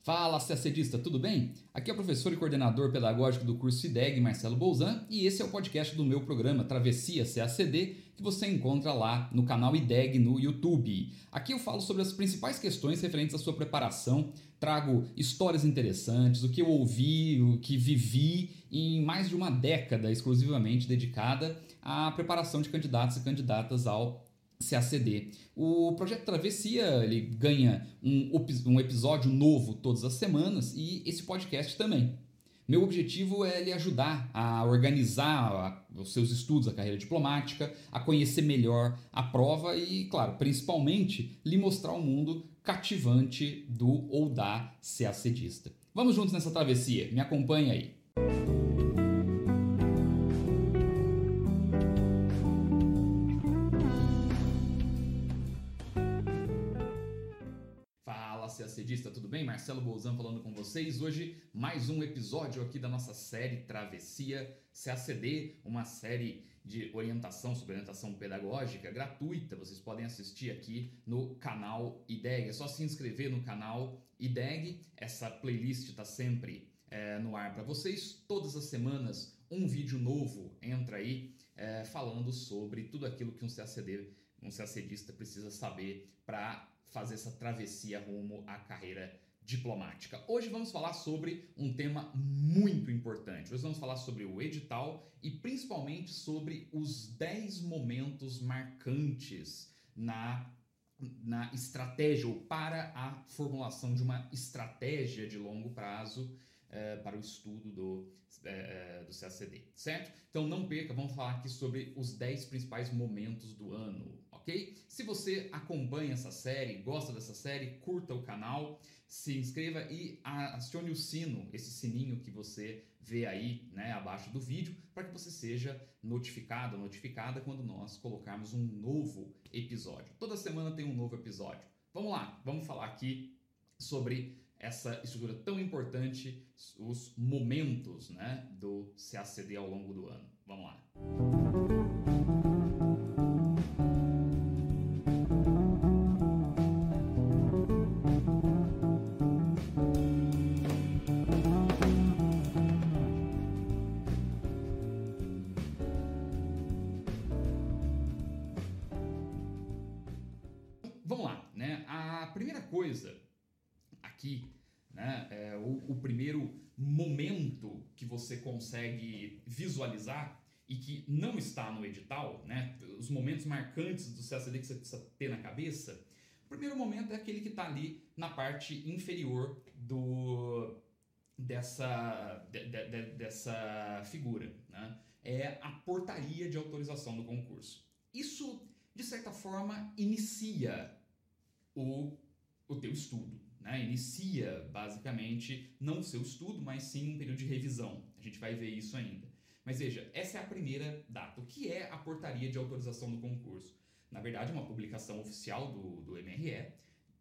Fala, CACDista, tudo bem? Aqui é o professor e coordenador pedagógico do curso IDEG, Marcelo Bolzan, e esse é o podcast do meu programa Travessia CACD, que você encontra lá no canal IDEG no YouTube. Aqui eu falo sobre as principais questões referentes à sua preparação, trago histórias interessantes, o que eu ouvi, o que vivi em mais de uma década exclusivamente dedicada à preparação de candidatos e candidatas ao CACD. O projeto Travessia ele ganha um episódio novo todas as semanas e esse podcast também. Meu objetivo é lhe ajudar a organizar os seus estudos, a carreira diplomática, a conhecer melhor a prova e, claro, principalmente, lhe mostrar o mundo cativante do ou da CACDista. Vamos juntos nessa travessia, me acompanha aí. CACDista, tudo bem? Marcelo Bolzan falando com vocês. Hoje, mais um episódio aqui da nossa série Travessia CACD, uma série de orientação sobre orientação pedagógica gratuita. Vocês podem assistir aqui no canal IDEG. É só se inscrever no canal IDEG. Essa playlist está sempre no ar para vocês. Todas as semanas, um vídeo novo entra aí falando sobre tudo aquilo que um CACDista precisa saber para fazer essa travessia rumo à carreira diplomática. Hoje vamos falar sobre um tema muito importante. Hoje vamos falar sobre o edital e principalmente sobre os 10 momentos marcantes na estratégia ou para a formulação de uma estratégia de longo prazo para o estudo do CACD, certo? Então não perca, vamos falar aqui sobre os 10 principais momentos do ano, ok? Se você acompanha essa série, gosta dessa série, curta o canal, se inscreva e acione o sino, esse sininho que você vê aí, né, abaixo do vídeo, para que você seja notificado ou notificada quando nós colocarmos um novo episódio. Toda semana tem um novo episódio. Vamos lá, vamos falar aqui sobre essa estrutura tão importante, os momentos, né, do CACD ao longo do ano. Vamos lá. Vamos lá, né? A primeira coisa aqui, né, o primeiro momento que você consegue visualizar e que não está no edital, né, os momentos marcantes do CACD que você precisa ter na cabeça, o primeiro momento é aquele que está ali na parte inferior dessa figura, né? É a portaria de autorização do concurso. Isso, de certa forma, inicia o teu estudo, né? Inicia, basicamente, não o seu estudo, mas sim um período de revisão. A gente vai ver isso ainda. Mas veja, essa é a primeira data. O que é a portaria de autorização do concurso? Na verdade, é uma publicação oficial do MRE,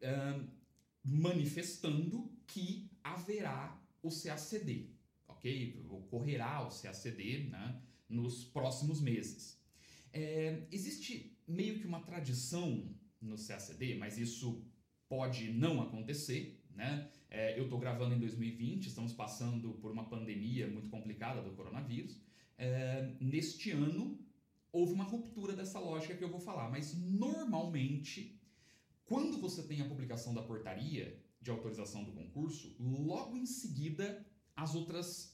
manifestando que haverá o CACD, ok? Ocorrerá o CACD, né, nos próximos meses. Existe meio que uma tradição no CACD, mas isso pode não acontecer, né? Eu estou gravando em 2020, estamos passando por uma pandemia muito complicada do coronavírus. Neste ano, houve uma ruptura dessa lógica que eu vou falar, mas normalmente, quando você tem a publicação da portaria de autorização do concurso, logo em seguida as outras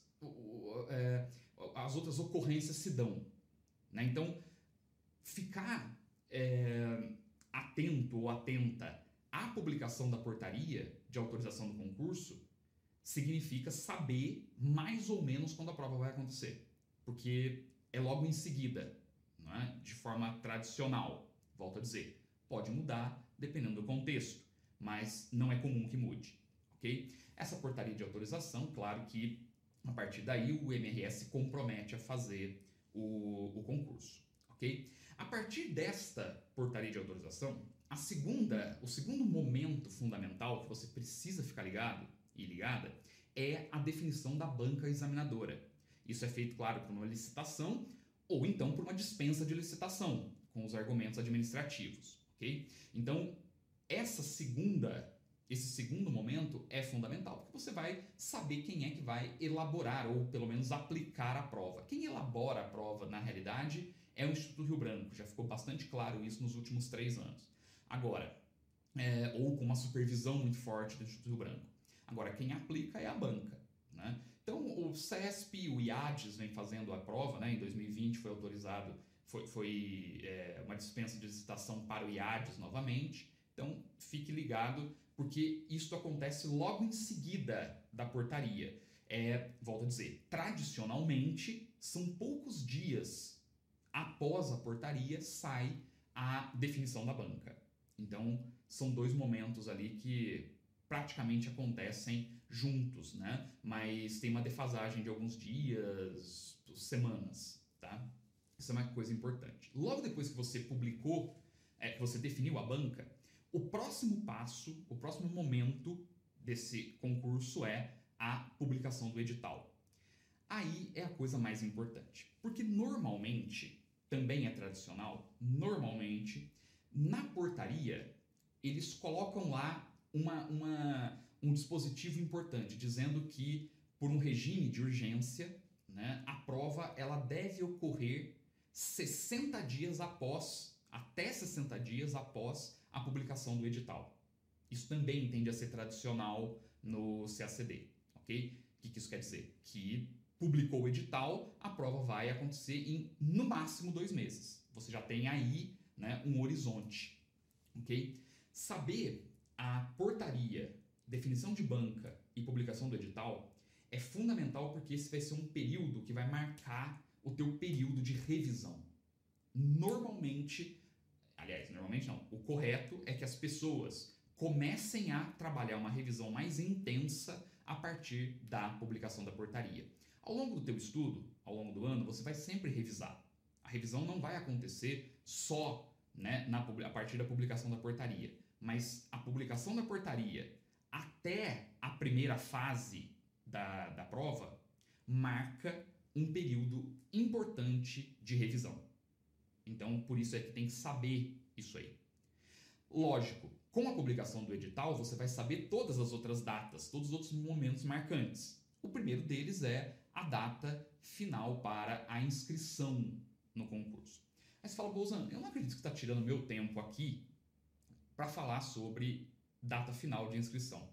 ocorrências se dão, né? Então, ficar atento ou atenta à publicação da portaria de autorização do concurso significa saber mais ou menos quando a prova vai acontecer, porque é logo em seguida, não é? De forma tradicional. Volto a dizer, pode mudar dependendo do contexto, mas não é comum que mude, ok? Essa portaria de autorização, claro que a partir daí o MRE se compromete a fazer o concurso, ok? A partir desta portaria de autorização, o segundo momento fundamental que você precisa ficar ligado e ligada é a definição da banca examinadora. Isso é feito, claro, por uma licitação ou então por uma dispensa de licitação, com os argumentos administrativos, ok? Então, esse segundo momento é fundamental, porque você vai saber quem é que vai elaborar ou pelo menos aplicar a prova. Quem elabora a prova, na realidade, é o Instituto Rio Branco. Já ficou bastante claro isso nos últimos 3 anos. Agora, ou com uma supervisão muito forte do Instituto Rio Branco. Agora, quem aplica é a banca, né? Então, o CESP, o IADES vem fazendo a prova, né? Em 2020 foi autorizado, foi uma dispensa de licitação para o IADES novamente. Então, fique ligado, porque isso acontece logo em seguida da portaria. Volto a dizer, tradicionalmente, são poucos dias após a portaria sai a definição da banca. Então, são 2 momentos ali que praticamente acontecem juntos, né? Mas tem uma defasagem de alguns dias, semanas, tá? Isso é uma coisa importante. Logo depois que você publicou, que você definiu a banca, o próximo passo, o próximo momento desse concurso é a publicação do edital. Aí é a coisa mais importante, porque normalmente, também é tradicional, normalmente, na portaria, eles colocam lá um dispositivo importante, dizendo que, por um regime de urgência, né, a prova ela deve ocorrer 60 dias após, até 60 dias após a publicação do edital. Isso também tende a ser tradicional no CACD, ok? O que isso quer dizer? Que publicou o edital, a prova vai acontecer em, no máximo, 2 meses. Você já tem aí, né, um horizonte, ok? Saber a portaria, definição de banca e publicação do edital é fundamental, porque esse vai ser um período que vai marcar o teu período de revisão. Normalmente não, o correto é que as pessoas comecem a trabalhar uma revisão mais intensa a partir da publicação da portaria. Ao longo do teu estudo, ao longo do ano, você vai sempre revisar. A revisão não vai acontecer só, né, a partir da publicação da portaria, mas a publicação da portaria até a primeira fase da prova marca um período importante de revisão. Então, por isso é que tem que saber isso aí. Lógico, com a publicação do edital, você vai saber todas as outras datas, todos os outros momentos marcantes. O primeiro deles é a data final para a inscrição no concurso. Aí você fala, Bolzan, eu não acredito que você está tirando meu tempo aqui para falar sobre data final de inscrição.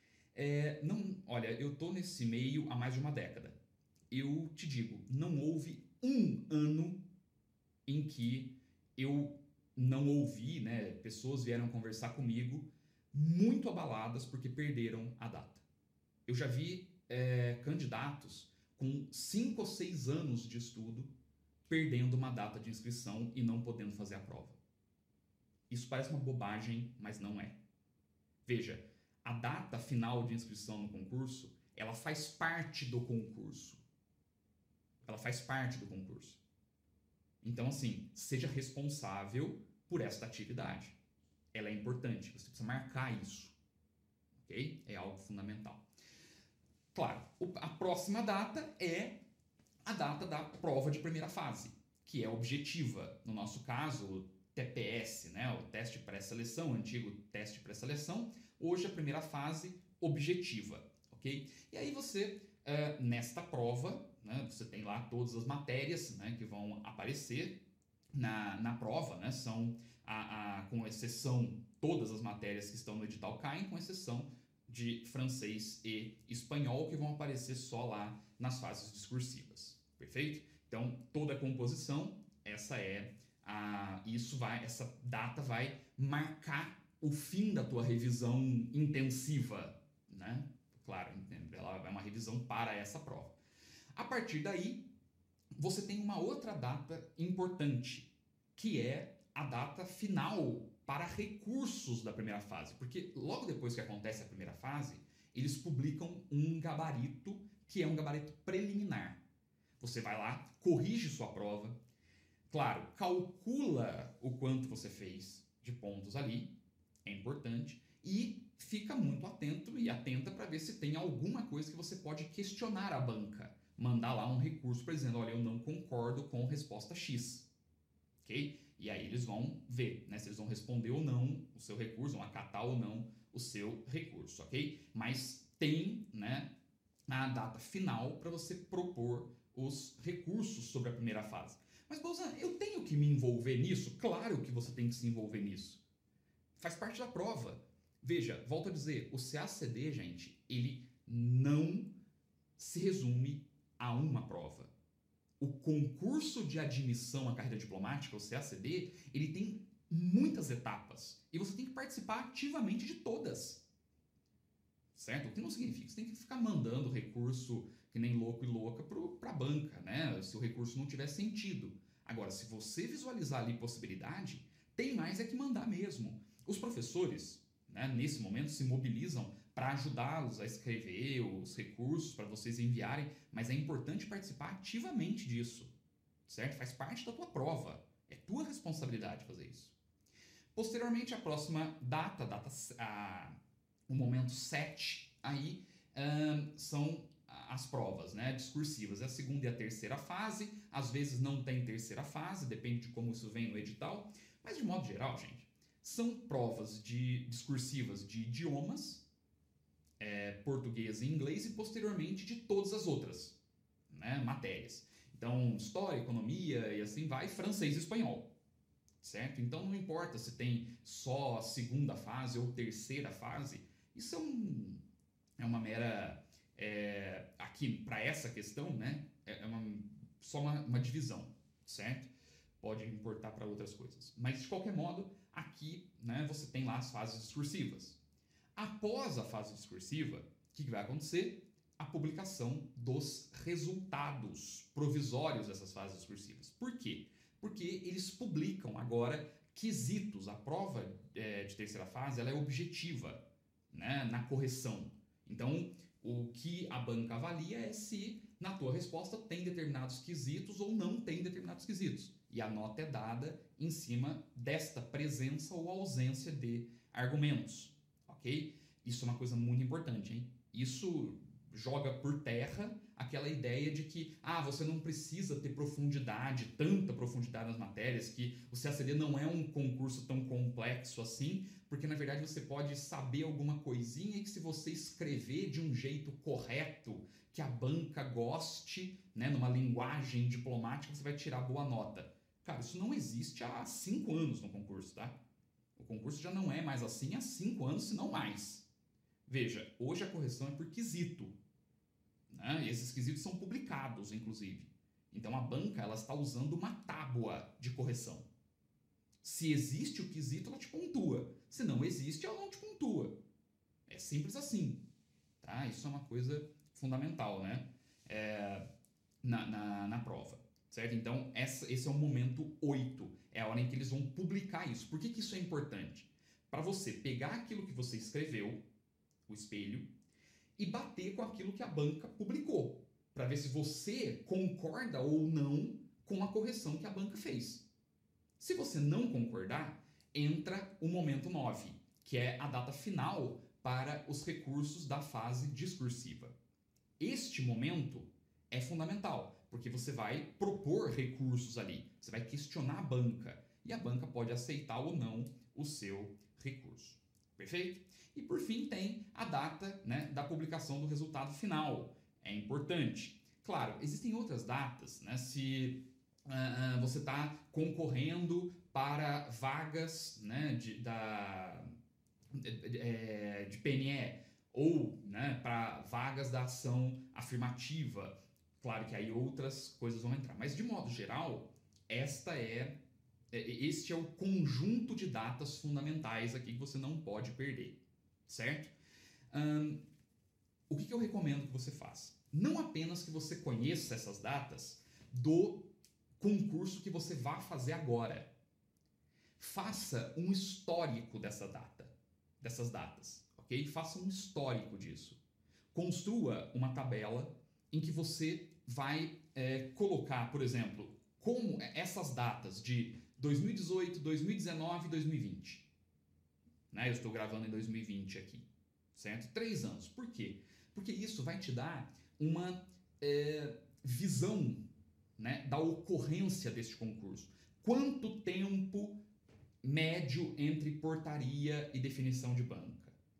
Olha, eu estou nesse meio há mais de uma década. Eu te digo, não houve um ano em que eu não ouvi, né, pessoas vieram conversar comigo muito abaladas porque perderam a data. Eu já vi candidatos com 5 ou 6 anos de estudo perdendo uma data de inscrição e não podendo fazer a prova. Isso parece uma bobagem, mas não é. Veja, a data final de inscrição no concurso, ela faz parte do concurso. Ela faz parte do concurso. Então, assim, seja responsável por esta atividade. Ela é importante, você precisa marcar isso. Ok? É algo fundamental. Claro, a próxima data é a data da prova de primeira fase, que é objetiva. No nosso caso, o TPS, né? O teste pré-seleção, o antigo teste pré-seleção. Hoje a primeira fase objetiva, ok? E aí você, nesta prova, né, você tem lá todas as matérias, né, que vão aparecer na prova, né? São, com exceção, todas as matérias que estão no edital caem, com exceção de francês e espanhol, que vão aparecer só lá nas fases discursivas, perfeito? Então, toda a composição, essa data vai marcar o fim da tua revisão intensiva, né? Claro, ela é uma revisão para essa prova. A partir daí, você tem uma outra data importante, que é a data final para recursos da primeira fase, porque logo depois que acontece a primeira fase, eles publicam um gabarito, que é um gabarito preliminar. Você vai lá, corrige sua prova, claro, calcula o quanto você fez de pontos ali, é importante, e fica muito atento e atenta para ver se tem alguma coisa que você pode questionar a banca, mandar lá um recurso para dizendo, olha, eu não concordo com resposta X, ok? E aí eles vão ver, né, se eles vão responder ou não o seu recurso, vão acatar ou não o seu recurso, ok? Mas tem, né, a data final para você propor os recursos sobre a primeira fase. Mas, Bolzan, eu tenho que me envolver nisso? Claro que você tem que se envolver nisso. Faz parte da prova. Veja, volto a dizer, o CACD, gente, ele não se resume a uma prova. O concurso de admissão à carreira diplomática, o CACD, ele tem muitas etapas e você tem que participar ativamente de todas. Certo? O que não significa que você tem que ficar mandando recurso que nem louco e louca para a banca, né? Se o recurso não tiver sentido. Agora, se você visualizar ali possibilidade, tem mais é que mandar mesmo. Os professores, né, nesse momento, se mobilizam para ajudá-los a escrever os recursos para vocês enviarem, mas é importante participar ativamente disso, certo? Faz parte da tua prova, é tua responsabilidade fazer isso. Posteriormente, a próxima o momento 7, aí são as provas, né, discursivas. É a segunda e a terceira fase, às vezes não tem terceira fase, depende de como isso vem no edital, mas de modo geral, gente, são provas discursivas de idiomas, português e inglês, e posteriormente de todas as outras, né, matérias. Então, história, economia e assim vai, francês e espanhol. Certo? Então não importa se tem só a segunda fase ou terceira fase, isso é uma mera... aqui, para essa questão, né, só uma divisão, certo? Pode importar para outras coisas. Mas, de qualquer modo, aqui, né, você tem lá as fases discursivas. Após a fase discursiva, o que vai acontecer? A publicação dos resultados provisórios dessas fases discursivas. Por quê? Porque eles publicam agora quesitos. A prova de terceira fase ela é objetiva, né, na correção. Então, o que a banca avalia é se na tua resposta tem determinados quesitos ou não tem determinados quesitos. E a nota é dada em cima desta presença ou ausência de argumentos, ok? Isso é uma coisa muito importante, hein? Isso joga por terra aquela ideia de que você não precisa ter tanta profundidade nas matérias, que o CACD não é um concurso tão complexo assim, porque na verdade você pode saber alguma coisinha e que se você escrever de um jeito correto, que a banca goste, né, numa linguagem diplomática, você vai tirar boa nota. Cara, isso não existe há 5 anos no concurso, tá? O concurso já não é mais assim há 5 anos, se não mais. Veja, hoje a correção é por quesito, né? E esses quesitos são publicados, inclusive. Então a banca ela está usando uma tábua de correção. Se existe o quesito, ela te pontua. Se não existe, ela não te pontua. É simples assim. Tá? Isso é uma coisa fundamental, né? Na prova. Certo? Então esse é o momento 8. É a hora em que eles vão publicar isso. Por que isso é importante? Para você pegar aquilo que você escreveu, o espelho, e bater com aquilo que a banca publicou, para ver se você concorda ou não com a correção que a banca fez. Se você não concordar, entra o momento 9, que é a data final para os recursos da fase discursiva. Este momento é fundamental, porque você vai propor recursos ali, você vai questionar a banca, e a banca pode aceitar ou não o seu recurso. Perfeito? E por fim tem a data, né, da publicação do resultado final. É importante. Claro, existem outras datas, né, se você está concorrendo para vagas, né, de PNE ou, né, para vagas da ação afirmativa. Claro que aí outras coisas vão entrar. Mas de modo geral, este é o conjunto de datas fundamentais aqui que você não pode perder, certo? O que eu recomendo que você faça? Não apenas que você conheça essas datas do concurso que você vai fazer agora. Faça um histórico dessas datas, ok? Faça um histórico disso. Construa uma tabela em que você vai colocar, por exemplo, como essas datas de 2018, 2019 e 2020. Né? Eu estou gravando em 2020 aqui, certo? 3 anos. Por quê? Porque isso vai te dar uma visão, né, da ocorrência deste concurso. Quanto tempo médio entre portaria e definição de banca?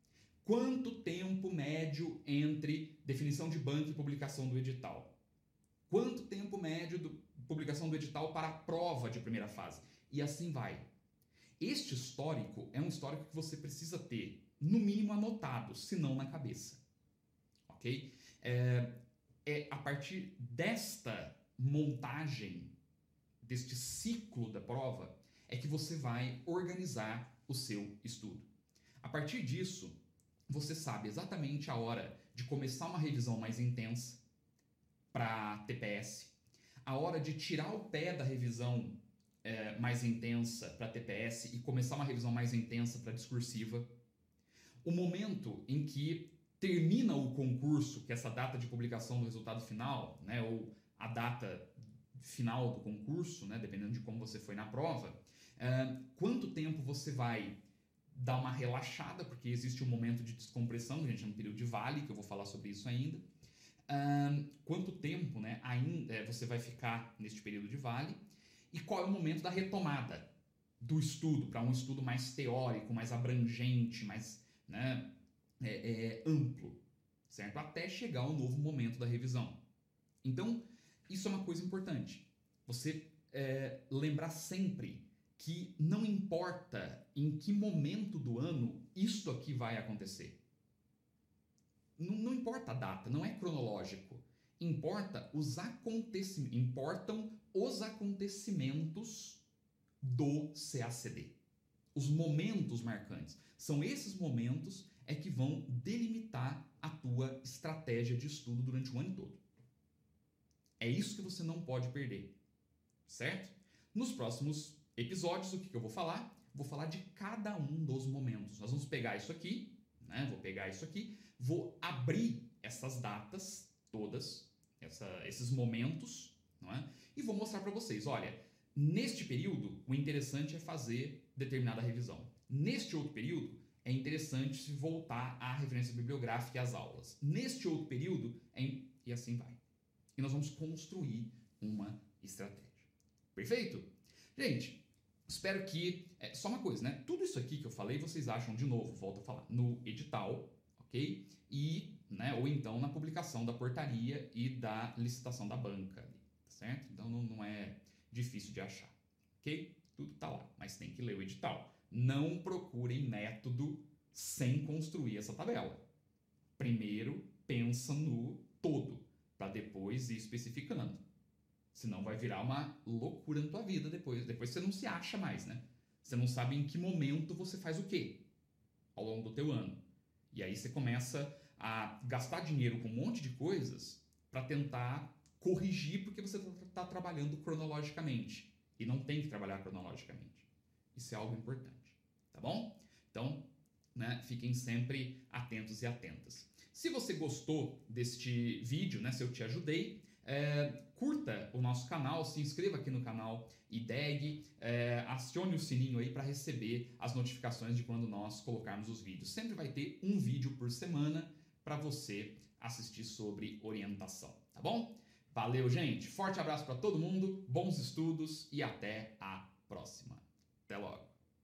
Quanto tempo médio entre definição de banca e publicação do edital? Quanto tempo médio de publicação do edital para a prova de primeira fase? E assim vai. Este histórico é um histórico que você precisa ter, no mínimo, anotado, se não na cabeça. Ok? É a partir desta montagem, deste ciclo da prova, é que você vai organizar o seu estudo. A partir disso, você sabe exatamente a hora de começar uma revisão mais intensa para TPS, a hora de tirar o pé da revisão mais intensa para TPS e começar uma revisão mais intensa para discursiva, o momento em que termina o concurso, que é essa data de publicação do resultado final, né, ou a data final do concurso, né, dependendo de como você foi na prova, quanto tempo você vai dar uma relaxada, porque existe um momento de descompressão, que a gente chama de período de vale, que eu vou falar sobre isso ainda. Quanto tempo, né, ainda você vai ficar neste período de vale e qual é o momento da retomada do estudo, para um estudo mais teórico, mais abrangente, mais, né, amplo, certo? Até chegar ao novo momento da revisão. Então, isso é uma coisa importante. Você lembrar sempre que não importa em que momento do ano isto aqui vai acontecer. Não importa a data, não é cronológico. Importam os acontecimentos do CACD. Os momentos marcantes. São esses momentos que vão delimitar a tua estratégia de estudo durante o ano todo. É isso que você não pode perder, certo? Nos próximos episódios, o que eu vou falar? Vou falar de cada um dos momentos. Nós vamos pegar isso aqui, né? Vou pegar isso aqui, vou abrir essas datas todas, esses momentos, não é? E vou mostrar para vocês, olha, neste período, o interessante é fazer determinada revisão. Neste outro período, é interessante se voltar à referência bibliográfica e às aulas. Neste outro período, e assim vai. E nós vamos construir uma estratégia. Perfeito? Gente, espero que... só uma coisa, né? Tudo isso aqui que eu falei, vocês acham, de novo, volto a falar, no edital, ok? E, né, ou então na publicação da portaria e da licitação da banca, certo? Então não é difícil de achar, ok? Tudo tá lá, mas tem que ler o edital. Não procurem método sem construir essa tabela. Primeiro, pensa no todo, para depois ir especificando. Senão vai virar uma loucura na tua vida depois. Depois você não se acha mais, né? Você não sabe em que momento você faz o quê ao longo do teu ano. E aí você começa a gastar dinheiro com um monte de coisas para tentar corrigir porque você está trabalhando cronologicamente. E não tem que trabalhar cronologicamente. Isso é algo importante, tá bom? Então, né, fiquem sempre atentos e atentas. Se você gostou deste vídeo, né, se eu te ajudei, curta o nosso canal, se inscreva aqui no canal IDEG, acione o sininho aí para receber as notificações de quando nós colocarmos os vídeos. Sempre vai ter um vídeo por semana para você assistir sobre orientação, tá bom? Valeu, gente! Forte abraço para todo mundo, bons estudos e até a próxima. Até logo!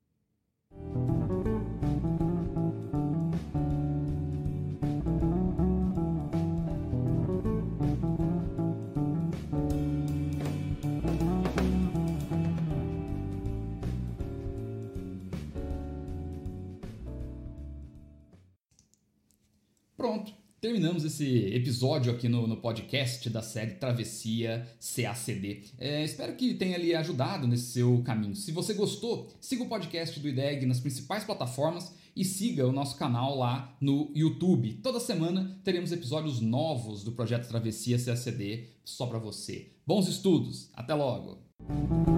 Pronto, terminamos esse episódio aqui no podcast da série Travessia CACD. Espero que tenha lhe ajudado nesse seu caminho. Se você gostou, siga o podcast do IDEG nas principais plataformas e siga o nosso canal lá no YouTube. Toda semana teremos episódios novos do projeto Travessia CACD só para você. Bons estudos, até logo!